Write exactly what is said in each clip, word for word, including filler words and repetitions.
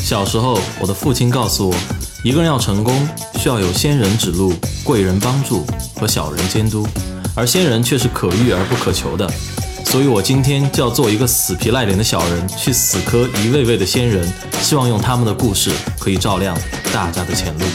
小时候，我的父亲告诉我，一个人要成功，需要有仙人指路、贵人帮助和小人监督，而仙人却是可遇而不可求的。所以我今天就要做一个死皮赖脸的小人，去死磕一位位的仙人，希望用他们的故事可以照亮大家的前路。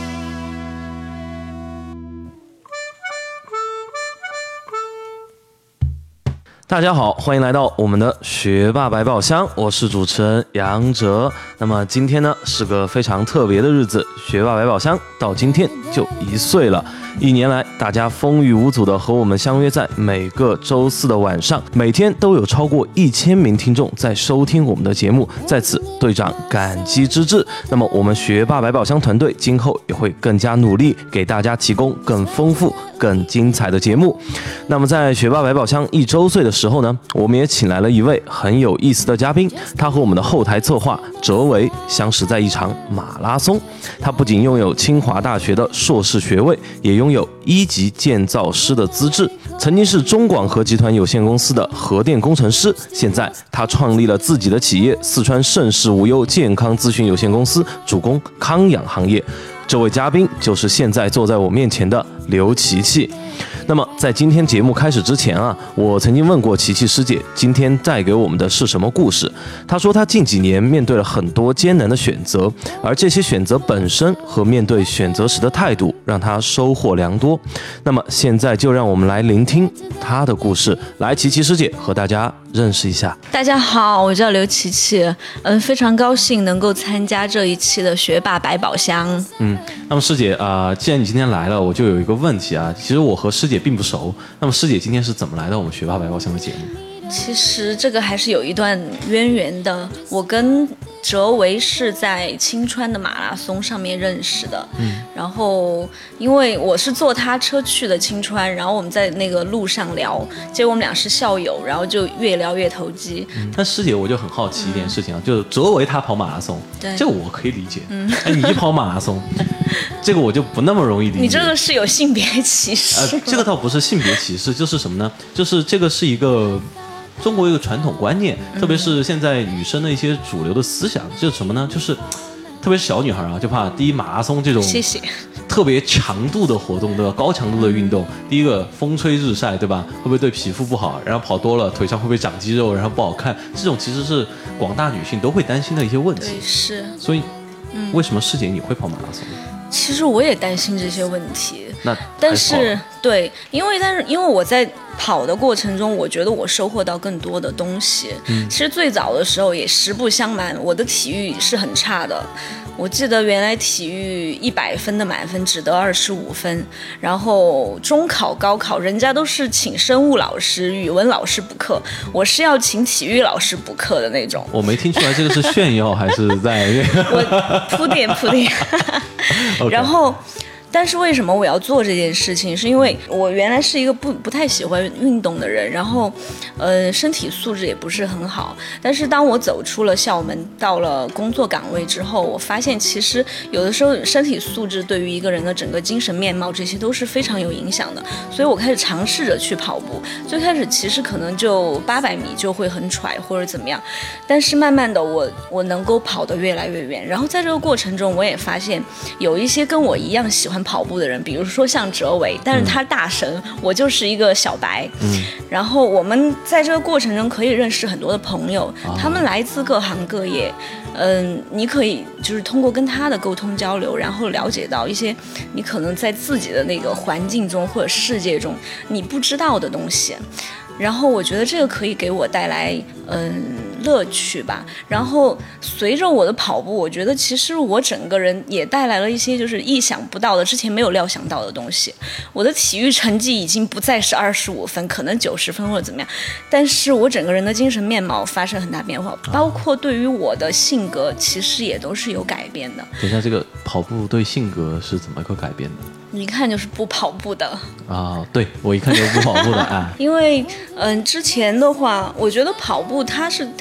大家好，欢迎来到我们的学霸百宝箱，我是主持人杨哲。那么今天呢是个非常特别的日子，学霸百宝箱到今天就一岁了。一年来，大家风雨无阻的和我们相约在每个周四的晚上，每天都有超过一千名听众在收听我们的节目，在此队长感激之至。那么我们学霸百宝箱团队今后也会更加努力，给大家提供更丰富、更精彩的节目。那么在学霸百宝箱一周岁的时候呢，我们也请来了一位很有意思的嘉宾，他和我们的后台策划哲维相识在一场马拉松。他不仅拥有清华大学的硕士学位，也拥有一级建造师的资质，曾经是中广核集团有限公司的核电工程师。现在他创立了自己的企业四川盛世无忧健康咨询有限公司，主攻康养行业。这位嘉宾就是现在坐在我面前的刘琪琪。那么在今天节目开始之前啊，我曾经问过琪琪师姐今天带给我们的是什么故事。她说她近几年面对了很多艰难的选择，而这些选择本身和面对选择时的态度让她收获良多。那么现在就让我们来聆听她的故事。来，琪琪师姐和大家认识一下。 大家好，我叫刘琪琪，嗯，非常高兴能够参加这一期的学霸百宝箱。 嗯，那么师姐啊、呃，既然你今天来了，我就有一个问题啊。其实我和师姐并不熟，那么师姐今天是怎么来到我们学霸百宝箱的节目？ 其实这个还是有一段渊源的。我跟哲维是在青川的马拉松上面认识的，嗯，然后因为我是坐他车去的青川，然后我们在那个路上聊，结果我们俩是校友，然后就越聊越投机。 嗯，但师姐我就很好奇一点事情啊，嗯、就是哲维他跑马拉松， 对， 这个我可以理解，嗯，哎，你跑马拉松，这个我就不那么容易理解。 你这个是有性别歧视？ 呃，这个倒不是性别歧视，就是什么呢？就是这个是一个。中国一个传统观念，特别是现在女生的一些主流的思想，就是什么呢？就是特别是小女孩啊，就怕第一马拉松这种谢谢特别强度的活动，对吧？高强度的运动，第一个风吹日晒，对吧？会不会对皮肤不好？然后跑多了腿上会不会长肌肉，然后不好看？这种其实是广大女性都会担心的一些问题。 对，是。 所以，嗯、为什么师姐你会跑马拉松？ 其实我也担心这些问题。 那但是对，因为但是因为我在跑的过程中，我觉得我收获到更多的东西。嗯，其实最早的时候也实不相瞒，我的体育是很差的。我记得原来体育一百分的满分只得二十五分，然后中考、高考人家都是请生物老师、语文老师补课，我是要请体育老师补课的那种。 我没听出来这个是炫耀还是在我铺垫铺垫，然后。但是为什么我要做这件事情？是因为我原来是一个不不太喜欢运动的人，然后，呃，身体素质也不是很好。但是当我走出了校门，到了工作岗位之后，我发现其实有的时候身体素质对于一个人的整个精神面貌这些都是非常有影响的。所以我开始尝试着去跑步。最开始其实可能就八百米就会很喘或者怎么样，但是慢慢的我我能够跑得越来越远。然后在这个过程中，我也发现有一些跟我一样喜欢跑步的人，比如说像哲维，但是他大神、嗯、我就是一个小白、嗯、然后我们在这个过程中可以认识很多的朋友、啊、他们来自各行各业，嗯，你可以就是通过跟他的沟通交流，然后了解到一些你可能在自己的那个环境中或者世界中你不知道的东西，然后我觉得这个可以给我带来嗯乐趣吧。然后随着我的跑步，我觉得其实我整个人也带来了一些就是意想不到的、之前没有料想到的东西。我的体育成绩已经不再是二十五分，可能九十分或者怎么样，但是我整个人的精神面貌发生很大变化，包括对于我的性格其实也都是有改变的。 等一下，这个跑步对性格是怎么个改变的？ 一看就是不跑步的啊，对，我一看就是不跑步的啊。 因为嗯、呃，之前的话，我觉得跑步它是它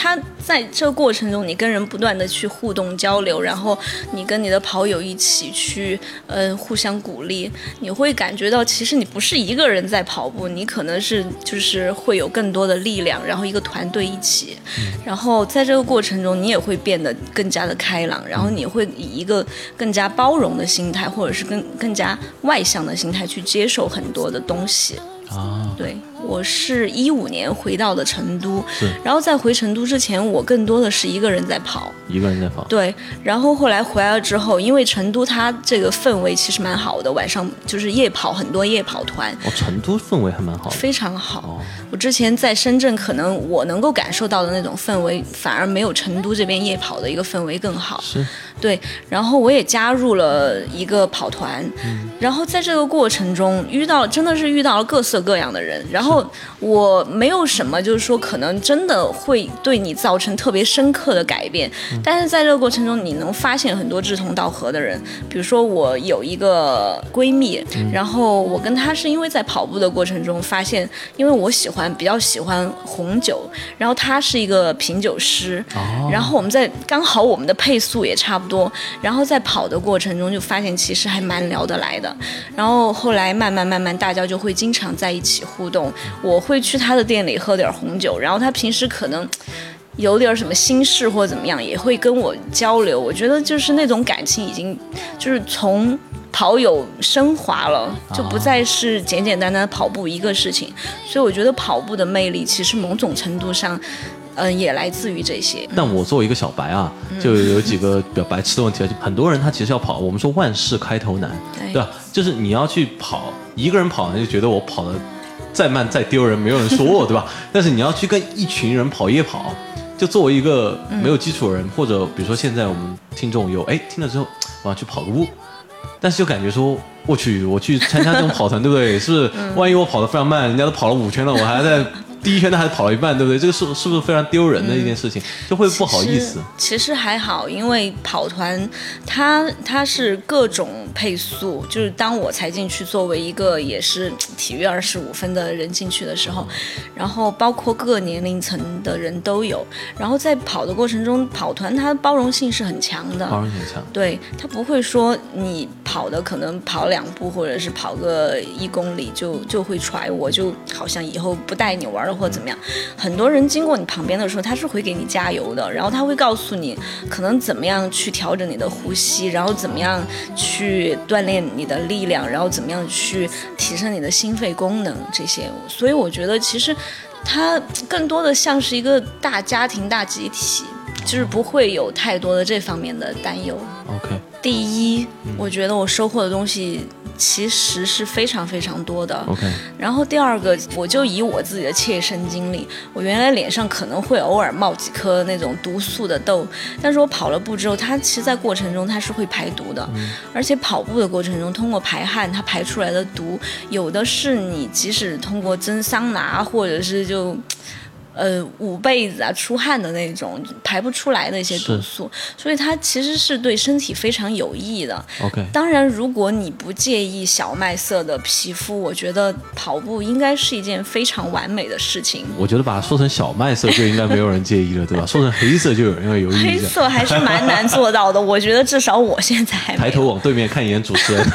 在这个过程中，你跟人不断的去互动交流，然后你跟你的跑友一起去呃互相鼓励，你会感觉到其实你不是一个人在跑步，你可能是就是会有更多的力量，然后一个团队一起，然后在这个过程中你也会变得更加的开朗，然后你会以一个更加包容的心态，或者是更更加外向的心态去接受很多的东西。 啊， 对，我是一五年回到的成都，然后在回成都之前，我更多的是一个人在跑， 一个人在跑。 对，然后后来回来了之后，因为成都它这个氛围其实蛮好的，晚上就是夜跑，很多夜跑团。 哦，成都氛围还蛮好的， 非常好。 哦， 我之前在深圳，可能我能够感受到的那种氛围，反而没有成都这边夜跑的一个氛围更好。 是， 对。然后我也加入了一个跑团，嗯、然后在这个过程中遇到，真的是遇到了各色各样的人。然后我没有什么，就是说可能真的会对你造成特别深刻的改变，嗯、但是在这个过程中，你能发现很多志同道合的人。比如说我有一个闺蜜，嗯、然后我跟她是因为在跑步的过程中发现，因为我喜欢比较喜欢红酒，然后她是一个品酒师，哦、然后我们在刚好我们的配速也差不多，然后在跑的过程中就发现其实还蛮聊得来的，然后后来慢慢慢慢大家就会经常在一起互动，我会去她的店里喝点红酒，然后她平时可能有点什么心事或怎么样也会跟我交流，我觉得就是那种感情已经就是从跑友升华了，就不再是简简单单的跑步一个事情，所以我觉得跑步的魅力其实某种程度上嗯，也来自于这些。 但我作为一个小白啊，就有几个比较白痴的问题啊。就很多人他其实要跑，我们说万事开头难，对, 对吧？就是你要去跑，一个人跑就觉得我跑得再慢再丢人，没有人说我，对吧？但是你要去跟一群人跑夜跑，就作为一个没有基础的人，嗯、或者比如说现在我们听众有哎听了之后，我要去跑个步，但是就感觉说，我去我去参加这种跑团，对不对？是不是？万一我跑得非常慢，人家都跑了五圈了，我还在第一圈他还跑了一半，对不对？这个是是不是非常丢人的一件事情？嗯、就会不好意思。 其实, 其实还好，因为跑团它它是各种配速，就是当我才进去，作为一个也是体育二十五分的人进去的时候，然后包括各个年龄层的人都有。然后在跑的过程中，跑团它包容性是很强的， 包容性很强。 对，它不会说你跑的可能跑两步或者是跑个一公里就就会踹我，就好像以后不带你玩了。或怎么样，很多人经过你旁边的时候，他是会给你加油的，然后他会告诉你可能怎么样去调整你的呼吸，然后怎么样去锻炼你的力量，然后怎么样去提升你的心肺功能这些。所以我觉得其实它更多的像是一个大家庭大集体，就是不会有太多的这方面的担忧。 OK， 第一，我觉得我收获的东西其实是非常非常多的。 OK， 然后第二个，我就以我自己的切身经历，我原来脸上可能会偶尔冒几颗那种毒素的痘，但是我跑了步之后，它其实在过程中它是会排毒的、嗯、而且跑步的过程中通过排汗它排出来的毒，有的是你即使通过蒸桑拿或者是就呃，捂被子啊，出汗的那种排不出来的一些毒素，所以它其实是对身体非常有益的。 OK， 当然，如果你不介意小麦色的皮肤，我觉得跑步应该是一件非常完美的事情。 我觉得把它说成小麦色就应该没有人介意了，对吧？说成黑色就有人会犹豫一下。 黑色还是蛮难做到的，我觉得至少我现在还没有。 抬头往对面看一眼主持人。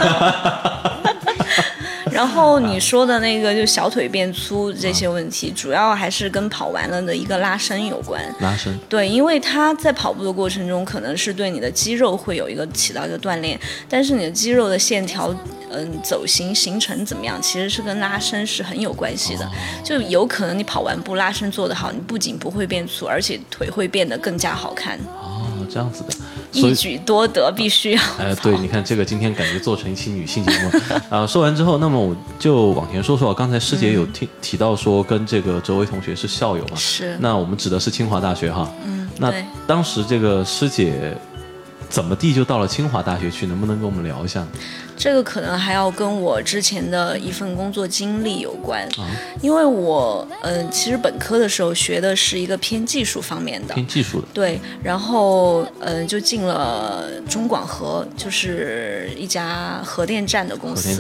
然后你说的那个就小腿变粗这些问题，主要还是跟跑完了的一个拉伸有关。 拉伸， 对，因为它在跑步的过程中，可能是对你的肌肉会有一个起到一个锻炼，但是你的肌肉的线条，嗯，走形形成怎么样，其实是跟拉伸是很有关系的。哦、就有可能你跑完步拉伸做得好，你不仅不会变粗，而且腿会变得更加好看。 哦，这样子的。 一举多得，必须要。 哎，对，你看这个今天感觉做成一期女性节目啊、呃。说完之后，那么我就往前说说，刚才师姐有提、嗯、提到说跟这个哲维同学是校友嘛？ 是。 那我们指的是清华大学哈。 嗯。 那当时这个师姐怎么地就到了清华大学去？能不能跟我们聊一下呢？ 这个可能还要跟我之前的一份工作经历有关，啊、因为我嗯、呃，其实本科的时候学的是一个偏技术方面的， 偏技术的， 对，然后嗯、呃，就进了中广核，就是一家核电站的公司，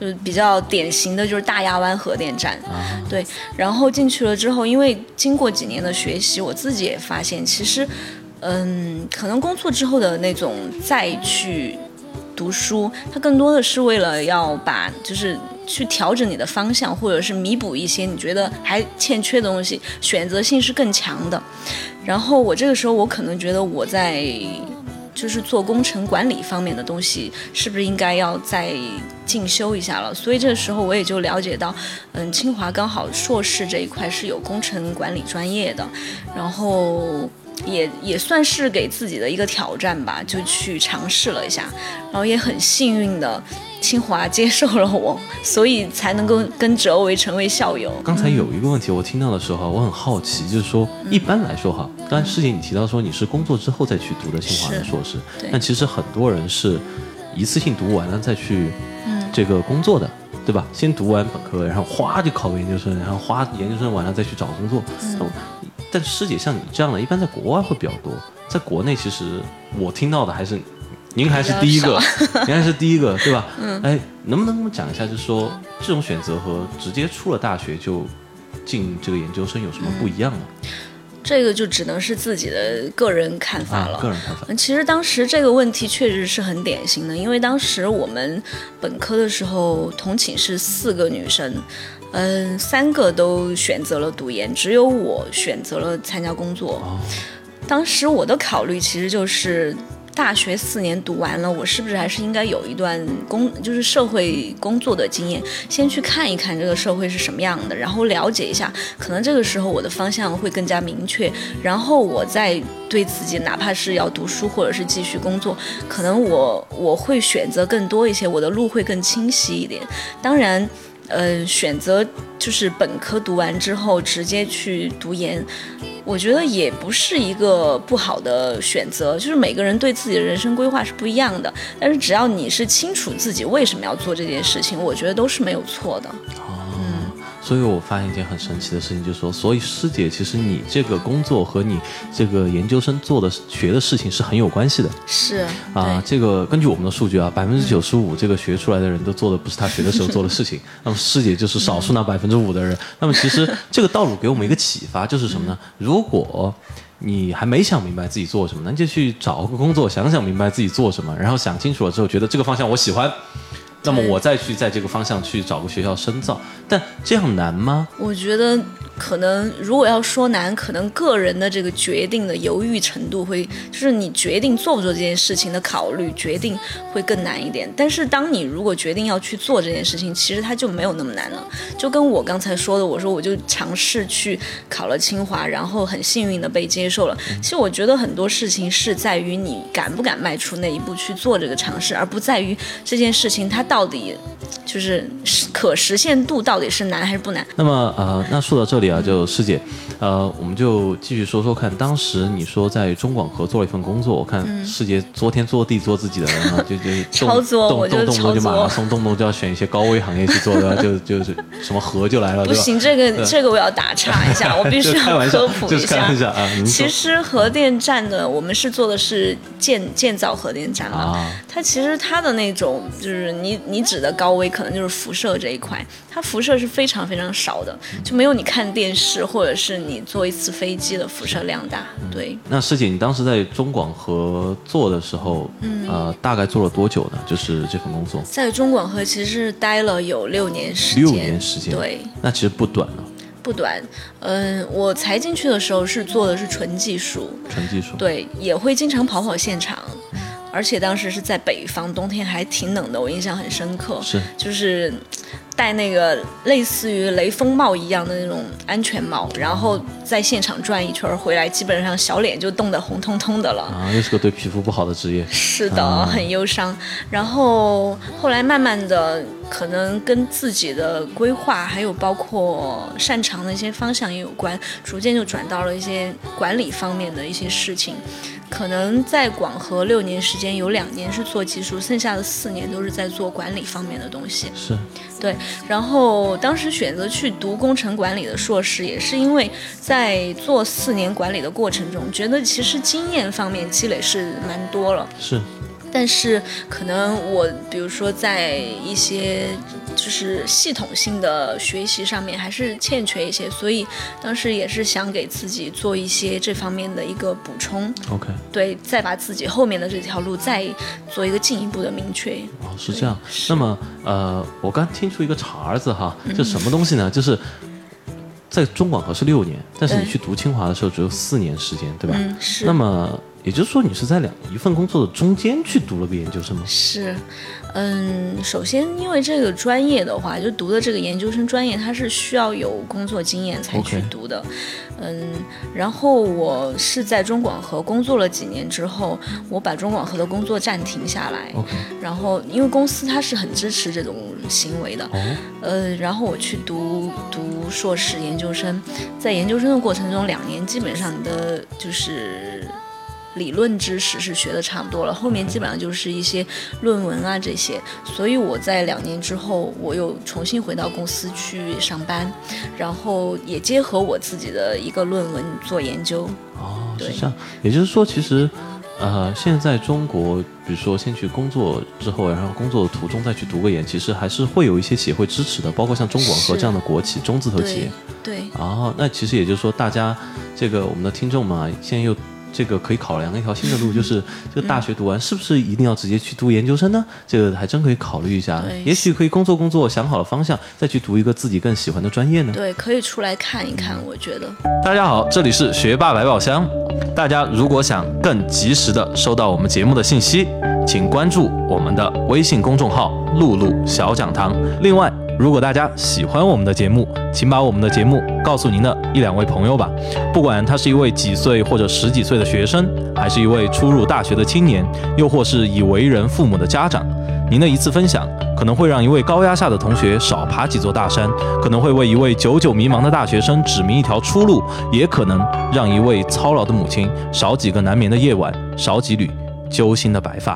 就是比较典型的就是大亚湾核电站。 啊， 对，然后进去了之后，因为经过几年的学习，我自己也发现，其实，嗯，可能工作之后的那种再去读书，它更多的是为了要把就是去调整你的方向，或者是弥补一些你觉得还欠缺的东西，选择性是更强的。然后我这个时候，我可能觉得我在就是做工程管理方面的东西，是不是应该要再进修一下了？所以这个时候我也就了解到，嗯，清华刚好硕士这一块是有工程管理专业的，然后也也算是给自己的一个挑战吧，就去尝试了一下，然后也很幸运的清华接受了我，所以才能够跟哲维成为校友。 刚才有一个问题我听到的时候，我很好奇，就是说一般来说哈，刚才师姐你提到说你是工作之后再去读的清华的硕士，但其实很多人是一次性读完了再去这个工作的。对吧？先读完本科，然后哗就考个研究生，然后哗研究生完了再去找工作。嗯、但师姐像你这样的，一般在国外会比较多，在国内其实我听到的还是您还是第一个，您还是第一个，对吧？嗯。哎，能不能跟我们讲一下，就是说这种选择和直接出了大学就进这个研究生有什么不一样呢？嗯， 这个就只能是自己的个人看法了。 啊、个人看法。 其实当时这个问题确实是很典型的，因为当时我们本科的时候，同寝室四个女生，嗯，三个都选择了读研，只有我选择了参加工作。 哦、 当时我的考虑其实就是。大学四年读完了，我是不是还是应该有一段工，就是社会工作的经验，先去看一看这个社会是什么样的，然后了解一下，可能这个时候我的方向会更加明确，然后我再对自己，哪怕是要读书或者是继续工作，可能我我会选择更多一些，我的路会更清晰一点。当然。呃，选择就是本科读完之后直接去读研，我觉得也不是一个不好的选择。就是每个人对自己的人生规划是不一样的，但是只要你是清楚自己为什么要做这件事情，我觉得都是没有错的。 所以我发现一件很神奇的事情，就是说，所以师姐，其实你这个工作和你这个研究生做的学的事情是很有关系的。 是啊，这个根据我们的数据啊，百分之九十五这个学出来的人都做的不是他学的时候做的事情。那么师姐就是少数那百分之五的人。那么其实这个道路给我们一个启发，就是什么呢？如果你还没想明白自己做什么，那就去找个工作，想想明白自己做什么，然后想清楚了之后，觉得这个方向我喜欢。那么我再去在这个方向去找个学校深造，但这样难吗？ 我觉得可能如果要说难，可能个人的这个决定的犹豫程度会，就是你决定做不做这件事情的考虑决定会更难一点。但是当你如果决定要去做这件事情，其实它就没有那么难了。就跟我刚才说的，我说我就尝试去考了清华，然后很幸运的被接受了。其实我觉得很多事情是在于你敢不敢迈出那一步去做这个尝试，而不在于这件事情它到底就是可实现度到底是难还是不难。 那么呃，那说到这里啊，就师姐，呃，我们就继续说说看，当时你说在中广核做了一份工作，我看师姐昨天做地做自己的人啊，就就超作， 动我就动动动就马拉松，动不动就要选一些高危行业去做的，就就是什么核就来了， 不行，这个这个我要打岔一下，我必须要科普一下。 一下啊， 其实核电站的我们是做的是建建造核电站了，啊、它其实它的那种就是你你指的高危，可能就是辐射这一块，它辐射是非常非常少的，就没有你看电视或者是你坐一次飞机的辐射量大。对。 那师姐，你当时在中广核做的时候，嗯、呃，大概做了多久呢？就是这份工作。 在中广核其实待了有六年时间。 六年时间。 对。 那其实不短了。 不短，嗯，我才进去的时候是做的是纯技术， 纯技术， 对，也会经常跑跑现场，嗯、而且当时是在北方，冬天还挺冷的，我印象很深刻， 是， 就是戴那个类似于雷锋帽一样的那种安全帽，然后在现场转一圈回来，基本上小脸就冻得红彤彤的了。 啊，又是个对皮肤不好的职业。 是的，啊、很忧伤。然后后来慢慢的，可能跟自己的规划，还有包括擅长的一些方向也有关，逐渐就转到了一些管理方面的一些事情。可能在广核六年时间，有两年是做技术，剩下的四年都是在做管理方面的东西。 是， 对。然后当时选择去读工程管理的硕士，也是因为在做四年管理的过程中，觉得其实经验方面积累是蛮多了。 是。 但是可能我比如说在一些就是系统性的学习上面还是欠缺一些，所以当时也是想给自己做一些这方面的一个补充。 OK， 对，再把自己后面的这条路再做一个进一步的明确。 哦，是这样。那么呃，我刚听出一个茬子哈，这什么东西呢？嗯、就是在中广核是六年，但是你去读清华的时候只有四年时间，对吧？ 嗯，是。 那么也就是说，你是在两一份工作的中间去读了个研究生吗？ 是，嗯，首先因为这个专业的话，就读的这个研究生专业，它是需要有工作经验才去读的。Okay. 嗯，然后我是在中广核工作了几年之后，我把中广核的工作暂停下来。 Okay. 然后因为公司它是很支持这种行为的。哦。呃，然后我去读读硕士研究生，在研究生的过程中，两年基本上你的就是理论知识是学的差不多了，后面基本上就是一些论文啊这些，所以我在两年之后我又重新回到公司去上班，然后也结合我自己的一个论文做研究。 哦，是这样。也就是说其实呃，现在中国比如说先去工作之后，然后工作途中再去读个研，其实还是会有一些协会支持的，包括像中广核这样的国企中字头企业。 对。对哦，那其实也就是说大家这个我们的听众嘛，现在又这个可以考量一条新的路，就是这个大学读完是不是一定要直接去读研究生呢？这个还真可以考虑一下，也许可以工作工作，想好了方向，再去读一个自己更喜欢的专业呢。 对，可以出来看一看，我觉得。 大家好，这里是学霸百宝箱。大家如果想更及时的收到我们节目的信息，请关注我们的微信公众号“露露小讲堂”。另外，如果大家喜欢我们的节目，请把我们的节目告诉您的一两位朋友吧。不管他是一位几岁或者十几岁的学生，还是一位初入大学的青年，又或是已为人父母的家长，您的一次分享可能会让一位高压下的同学少爬几座大山，可能会为一位久久迷茫的大学生指明一条出路，也可能让一位操劳的母亲少几个难眠的夜晚，少几缕揪心的白发。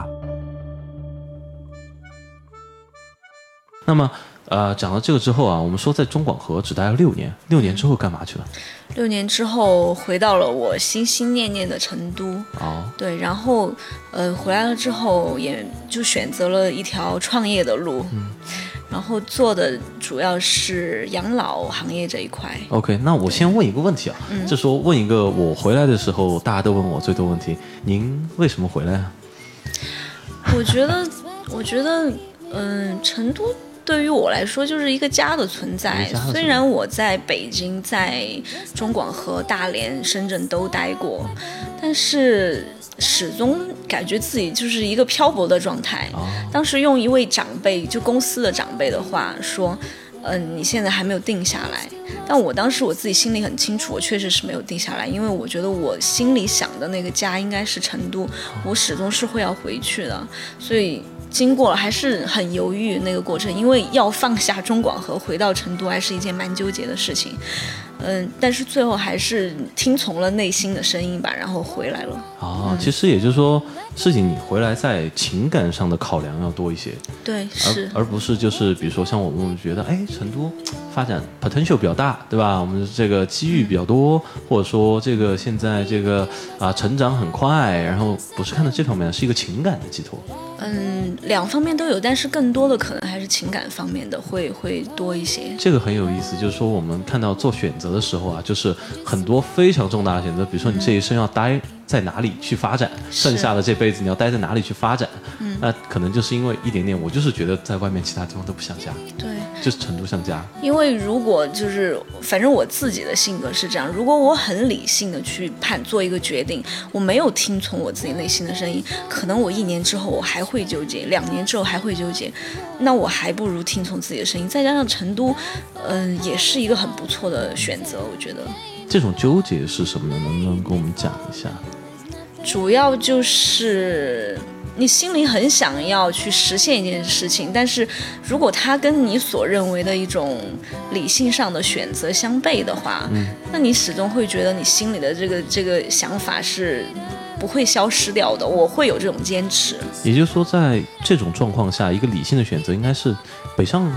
那么呃，讲到这个之后啊，我们说在中广核只待了六年，六年之后干嘛去了？ 六年之后回到了我心心念念的成都。 哦， 对，然后呃回来了之后，也就选择了一条创业的路。嗯，然后做的主要是养老行业这一块。 OK， 那我先问一个问题啊，嗯、就说问一个我回来的时候大家都问我最多问题，您为什么回来啊？ 我觉得，我觉得，嗯、呃，成都对于我来说就是一个家的存在。虽然我在北京、在中广核、大连、深圳都待过，但是始终感觉自己就是一个漂泊的状态。哦、当时用一位长辈，就公司的长辈的话说，嗯、呃，你现在还没有定下来。但我当时我自己心里很清楚，我确实是没有定下来，因为我觉得我心里想的那个家应该是成都，我始终是会要回去的，所以经过了还是很犹豫那个过程，因为要放下中广核回到成都还是一件蛮纠结的事情。嗯，但是最后还是听从了内心的声音吧，然后回来了。 哦，嗯、其实也就是说，事情你回来在情感上的考量要多一些。 对，是， 而而不是就是比如说像我们觉得，哎，成都发展 potential 比较大，对吧？我们这个机遇比较多，或者说这个现在这个啊、呃、成长很快，然后不是看到这方面，是一个情感的寄托。 嗯，两方面都有，但是更多的可能还是情感方面的会会多一些。 这个很有意思，就是说我们看到做选择的时候啊，就是很多非常重大的选择，比如说你这一生要待在哪里去发展，剩下的这辈子你要待在哪里去发展，嗯，那可能就是因为一点点，我就是觉得在外面其他地方都不像家， 对， 就是成都像家。 因为如果就是反正我自己的性格是这样，如果我很理性的去判做一个决定，我没有听从我自己内心的声音，可能我一年之后我还会纠结，两年之后还会纠结，那我还不如听从自己的声音。再加上成都嗯、呃，也是一个很不错的选择，我觉得。 这种纠结是什么呢？能不能跟我们讲一下？ 主要就是你心里很想要去实现一件事情，但是如果它跟你所认为的一种理性上的选择相悖的话，嗯，那你始终会觉得你心里的这个这个想法是不会消失掉的。我会有这种坚持。 也就是说，在这种状况下，一个理性的选择应该是北上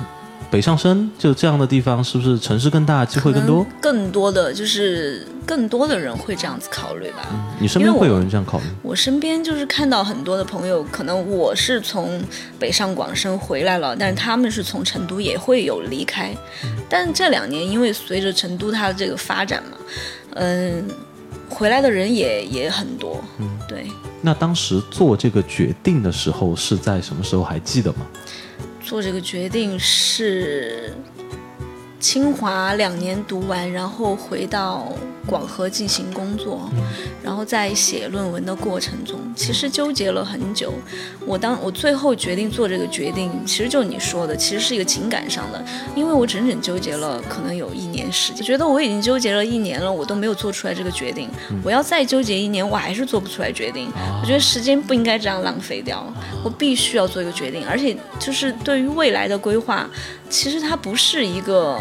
北上深就这样的地方，是不是城市更大，机会更多？ 更多的就是更多的人会这样子考虑吧。 嗯、你身边会有人这样考虑？ 我, 我身边就是看到很多的朋友，可能我是从北上广深回来了，但是他们是从成都也会有离开。嗯、但这两年因为随着成都它的这个发展嘛，嗯，回来的人也也很多。嗯，对。 那当时做这个决定的时候是在什么时候，还记得吗？ 做这个决定是清华两年读完，然后回到广核进行工作，嗯、然后在写论文的过程中，其实纠结了很久。我当我最后决定做这个决定，其实就你说的，其实是一个情感上的，因为我整整纠结了可能有一年时间，我觉得我已经纠结了一年了，我都没有做出来这个决定，嗯、我要再纠结一年，我还是做不出来决定。啊、我觉得时间不应该这样浪费掉，啊、我必须要做一个决定，而且就是对于未来的规划，其实它不是一个。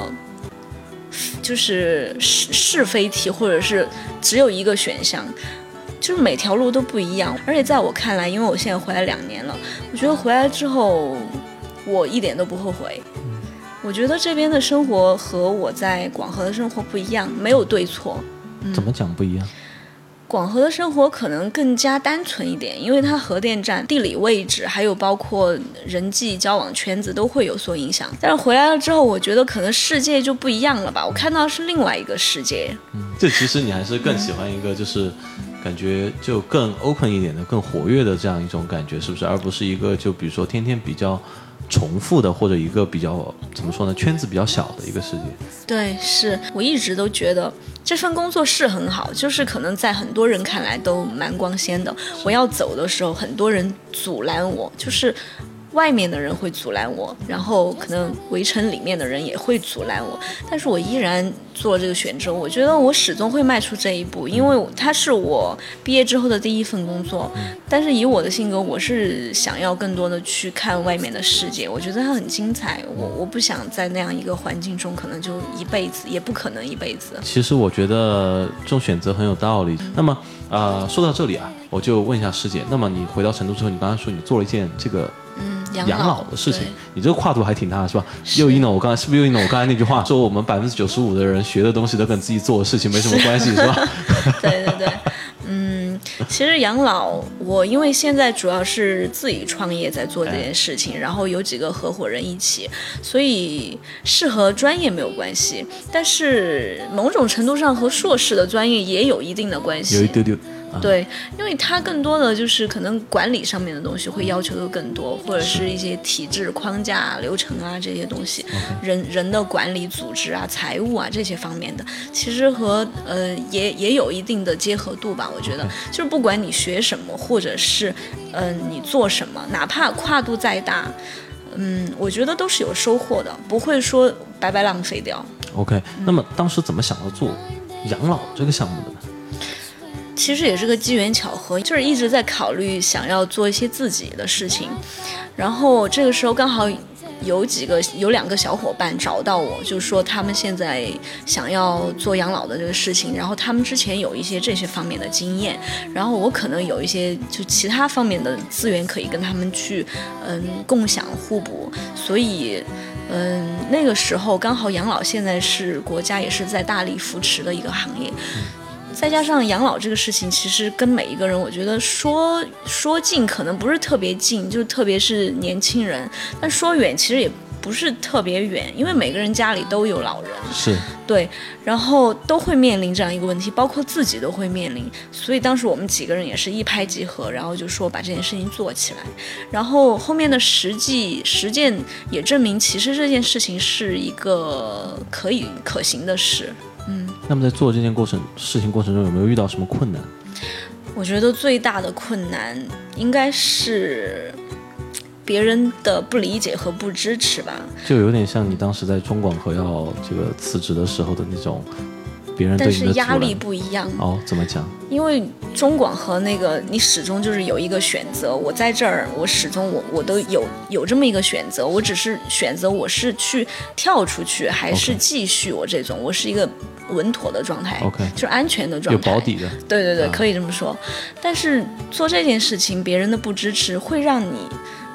就是是是非题，或者是只有一个选项，就是每条路都不一样。而且在我看来，因为我现在回来两年了，我觉得回来之后我一点都不后悔。我觉得这边的生活和我在广核的生活不一样，没有对错。 嗯、怎么讲不一样？ 广核的生活可能更加单纯一点，因为它核电站地理位置还有包括人际交往圈子都会有所影响。但是回来了之后，我觉得可能世界就不一样了吧，我看到是另外一个世界。 嗯，这其实你还是更喜欢一个就是感觉就更 open 一点的、更活跃的这样一种感觉，是不是？而不是一个就比如说天天比较重复的，或者一个比较怎么说呢，圈子比较小的一个世界。 对，是我一直都觉得这份工作是很好，就是可能在很多人看来都蛮光鲜的。我要走的时候，很多人阻拦我，就是外面的人会阻拦我，然后可能围城里面的人也会阻拦我，但是我依然做了这个选择。我觉得我始终会迈出这一步，因为它是我毕业之后的第一份工作。但是以我的性格，我是想要更多的去看外面的世界，我觉得它很精彩。我我不想在那样一个环境中可能就一辈子，也不可能一辈子。 其实我觉得这种选择很有道理。那么呃，说到这里啊，我就问一下师姐，那么你回到成都之后，你刚刚说你做了一件这个嗯养老的事情，你这个跨度还挺大的，是吧？又应了我刚才是不是又应了我刚才那句话，说我们百分之九十五的人学的东西都跟自己做的事情没什么关系，是, 是吧？ 对对对，嗯，其实养老，我因为现在主要是自己创业在做这件事情，然后有几个合伙人一起，所以是和专业没有关系，但是某种程度上和硕士的专业也有一定的关系， 有一丢丢。 对，因为它更多的就是可能管理上面的东西会要求的更多，或者是一些体制框架、流程啊这些东西，人人的管理、组织啊、财务啊这些方面的，其实和呃也也有一定的结合度吧。我觉得，就是不管你学什么，或者是嗯、呃、你做什么，哪怕跨度再大，嗯，我觉得都是有收获的，不会说白白浪费掉。 OK，、嗯、那么当时怎么想到做养老这个项目的呢？ 其实也是个机缘巧合，就是一直在考虑想要做一些自己的事情，然后这个时候刚好有几个有两个小伙伴找到我，就说他们现在想要做养老的这个事情，然后他们之前有一些这些方面的经验，然后我可能有一些就其他方面的资源可以跟他们去嗯共享互补，所以嗯那个时候刚好养老现在是国家也是在大力扶持的一个行业。再加上养老这个事情，其实跟每一个人，我觉得说说近可能不是特别近，就特别是年轻人，但说远其实也不是特别远，因为每个人家里都有老人， 是对，然后都会面临这样一个问题，包括自己都会面临，所以当时我们几个人也是一拍即合，然后就说把这件事情做起来，然后后面的实际实践也证明，其实这件事情是一个可以可行的事。嗯， 那么在做这件过程事情过程中，有没有遇到什么困难？ 我觉得最大的困难应该是别人的不理解和不支持吧。就有点像你当时在中广核要这个辞职的时候的那种别人对你的阻拦。 但是压力不一样哦，怎么讲？ 因为中广核那个你始终就是有一个选择，我在这儿我始终我我都有有这么一个选择，我只是选择我是去跳出去还是继续我这种、okay. 我是一个稳妥的状态 ，OK， 就是安全的状态， 有保底的。 对对对、啊，可以这么说。但是做这件事情，别人的不支持会让你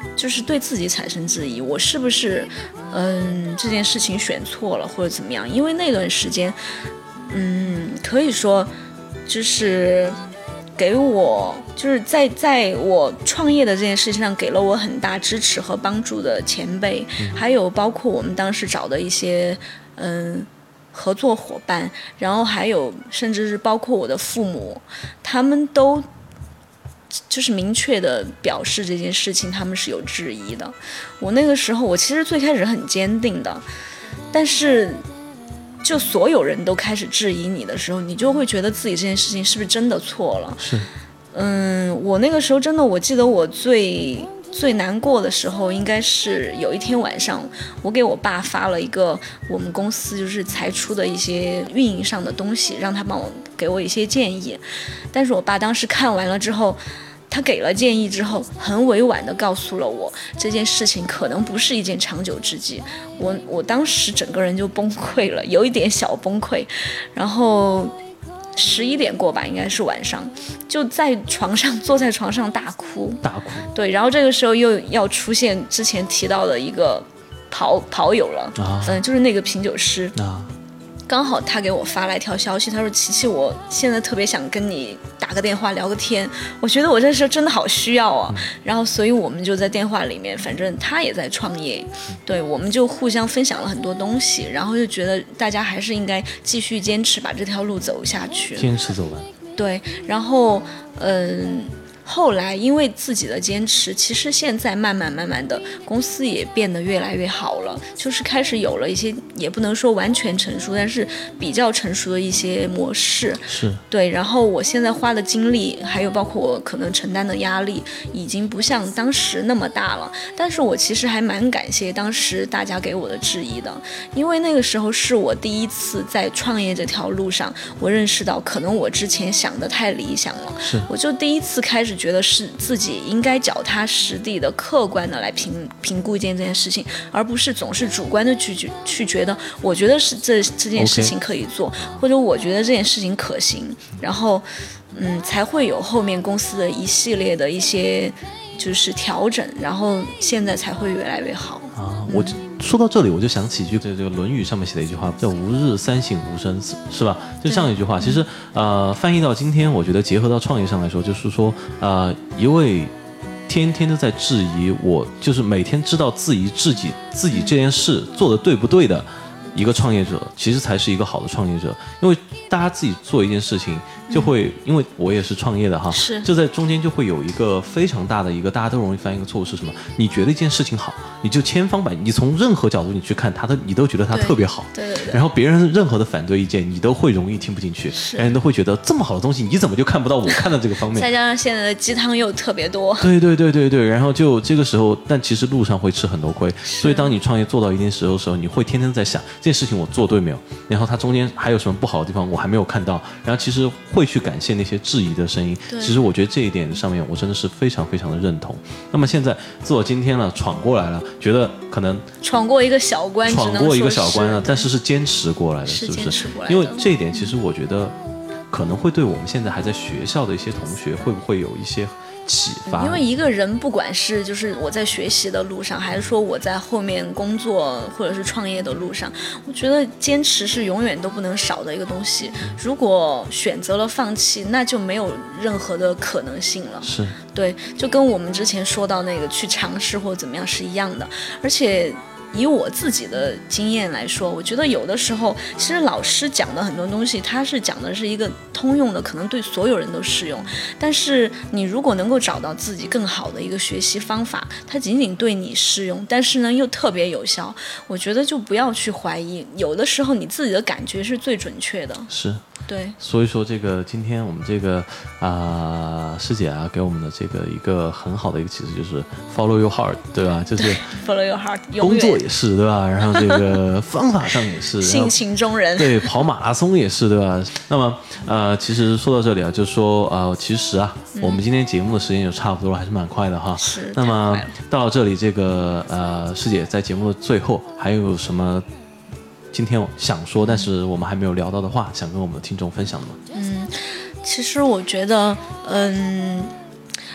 就是对自己产生质疑，我是不是嗯这件事情选错了或者怎么样？因为那段时间，嗯，可以说就是给我就是在在我创业的这件事情上给了我很大支持和帮助的前辈，嗯、还有包括我们当时找的一些嗯合作伙伴，然后还有甚至是包括我的父母，他们都就是明确的表示这件事情他们是有质疑的。我那个时候我其实最开始很坚定的，但是就所有人都开始质疑你的时候，你就会觉得自己这件事情是不是真的错了。 是， 嗯，我那个时候真的，我记得我最最难过的时候应该是有一天晚上，我给我爸发了一个我们公司就是裁出的一些运营上的东西，让他帮我给我一些建议。但是我爸当时看完了之后，他给了建议之后，很委婉地告诉了我这件事情可能不是一件长久之计。我我当时整个人就崩溃了，有一点小崩溃，然后十一点过吧，应该是晚上，就在床上坐在床上大哭大哭。 对，然后这个时候又要出现之前提到的一个跑跑友了， 啊、 嗯，就是那个品酒师啊。 刚好他给我发来一条消息，他说：“琪琪，我现在特别想跟你打个电话聊个天，我觉得我这时候真的好需要啊。嗯”然后，所以我们就在电话里面，反正他也在创业，对，我们就互相分享了很多东西，然后就觉得大家还是应该继续坚持把这条路走下去， 坚持走完。 对，然后嗯。后来因为自己的坚持，其实现在慢慢慢慢的公司也变得越来越好了，就是开始有了一些也不能说完全成熟，但是比较成熟的一些模式。 是， 对，然后我现在花的精力还有包括我可能承担的压力已经不像当时那么大了，但是我其实还蛮感谢当时大家给我的质疑的，因为那个时候是我第一次在创业这条路上，我认识到可能我之前想的太理想了， 是， 我就第一次开始觉得是自己应该脚踏实地的客观的来评评估一件这件事情，而不是总是主观的去去觉得我觉得是这这件事情可以做、okay. 或者我觉得这件事情可行，然后嗯才会有后面公司的一系列的一些就是调整，然后现在才会越来越好啊。我说到这里我就想起一句这个《论语》上面写的一句话，叫吾日三省吾身，是吧？就这样一句话，其实呃翻译到今天，我觉得结合到创业上来说，就是说呃一位天天都在质疑我，就是每天知道质疑自己自己这件事做的对不对的一个创业者，其实才是一个好的创业者。因为大家自己做一件事情就会、嗯、因为我也是创业的哈， 是就在中间就会有一个非常大的一个大家都容易犯一个错误是什么？你觉得一件事情好，你就千方百计，你从任何角度你去看它的，你都觉得它特别好， 对对对对， 然后别人任何的反对意见你都会容易听不进去，人都会觉得这么好的东西你怎么就看不到我看到这个方面， 再加上现在的鸡汤又特别多， 对对对对对，然后就这个时候，但其实路上会吃很多亏，所以当你创业做到一定时候的时候，你会天天在想这件事情我做对没有，然后它中间还有什么不好的地方我还没有看到，然后其实会去感谢那些质疑的声音。其实我觉得这一点上面我真的是非常非常的认同。那么现在自我今天了闯过来了，觉得可能闯过一个小关， 闯过一个小关了，但是是坚持过来的，是不是？因为这一点其实我觉得可能会对我们现在还在学校的一些同学会不会有一些启发。 因为一个人不管是就是我在学习的路上，还是说我在后面工作或者是创业的路上，我觉得坚持是永远都不能少的一个东西。如果选择了放弃，那就没有任何的可能性了。 是， 对，就跟我们之前说到那个去尝试或者怎么样是一样的。而且以我自己的经验来说，我觉得有的时候其实老师讲的很多东西，他是讲的是一个通用的，可能对所有人都适用，但是你如果能够找到自己更好的一个学习方法，它仅仅对你适用，但是呢又特别有效，我觉得就不要去怀疑，有的时候你自己的感觉是最准确的。 是， 对， 所以说这个今天我们这个啊、呃、师姐啊给我们的这个一个很好的一个启示就是 follow your heart， 对吧？就是 follow your heart， 工作也是，对吧？然后这个方法上也是性情中人， 对，跑马拉松也是，对吧？那么呃其实说到这里啊，就是说呃其实啊、嗯、我们今天节目的时间就差不多了，还是蛮快的哈。 是。 那么到了这里，这个呃师姐在节目的最后还有什么今天想说但是我们还没有聊到的话，想跟我们的听众分享的吗？ 嗯，其实我觉得嗯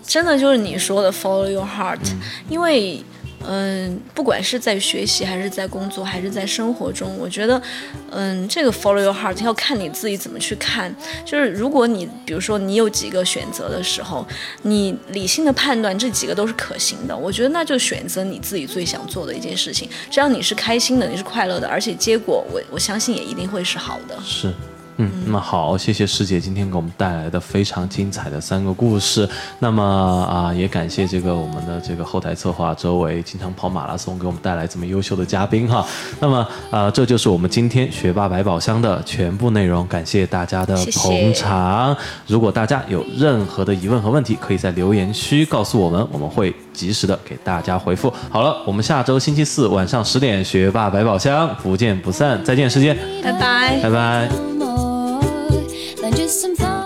真的就是你说的 follow your heart，、嗯、因为嗯，不管是在学习还是在工作还是在生活中，我觉得嗯，这个 follow your heart 要看你自己怎么去看。就是如果你比如说你有几个选择的时候，你理性的判断这几个都是可行的，我觉得那就选择你自己最想做的一件事情，只要你是开心的，你是快乐的，而且结果我我相信也一定会是好的。 是。嗯，那么好，谢谢师姐今天给我们带来的非常精彩的三个故事。那么啊，也感谢这个我们的这个后台策划周围经常跑马拉松给我们带来这么优秀的嘉宾哈。那么啊，这就是我们今天学霸百宝箱的全部内容，感谢大家的捧场。谢谢。如果大家有任何的疑问和问题，可以在留言区告诉我们，我们会及时的给大家回复。好了，我们下周星期四晚上十点学霸百宝箱不见不散，再见，时间， 拜拜， 拜拜。 Just some fun.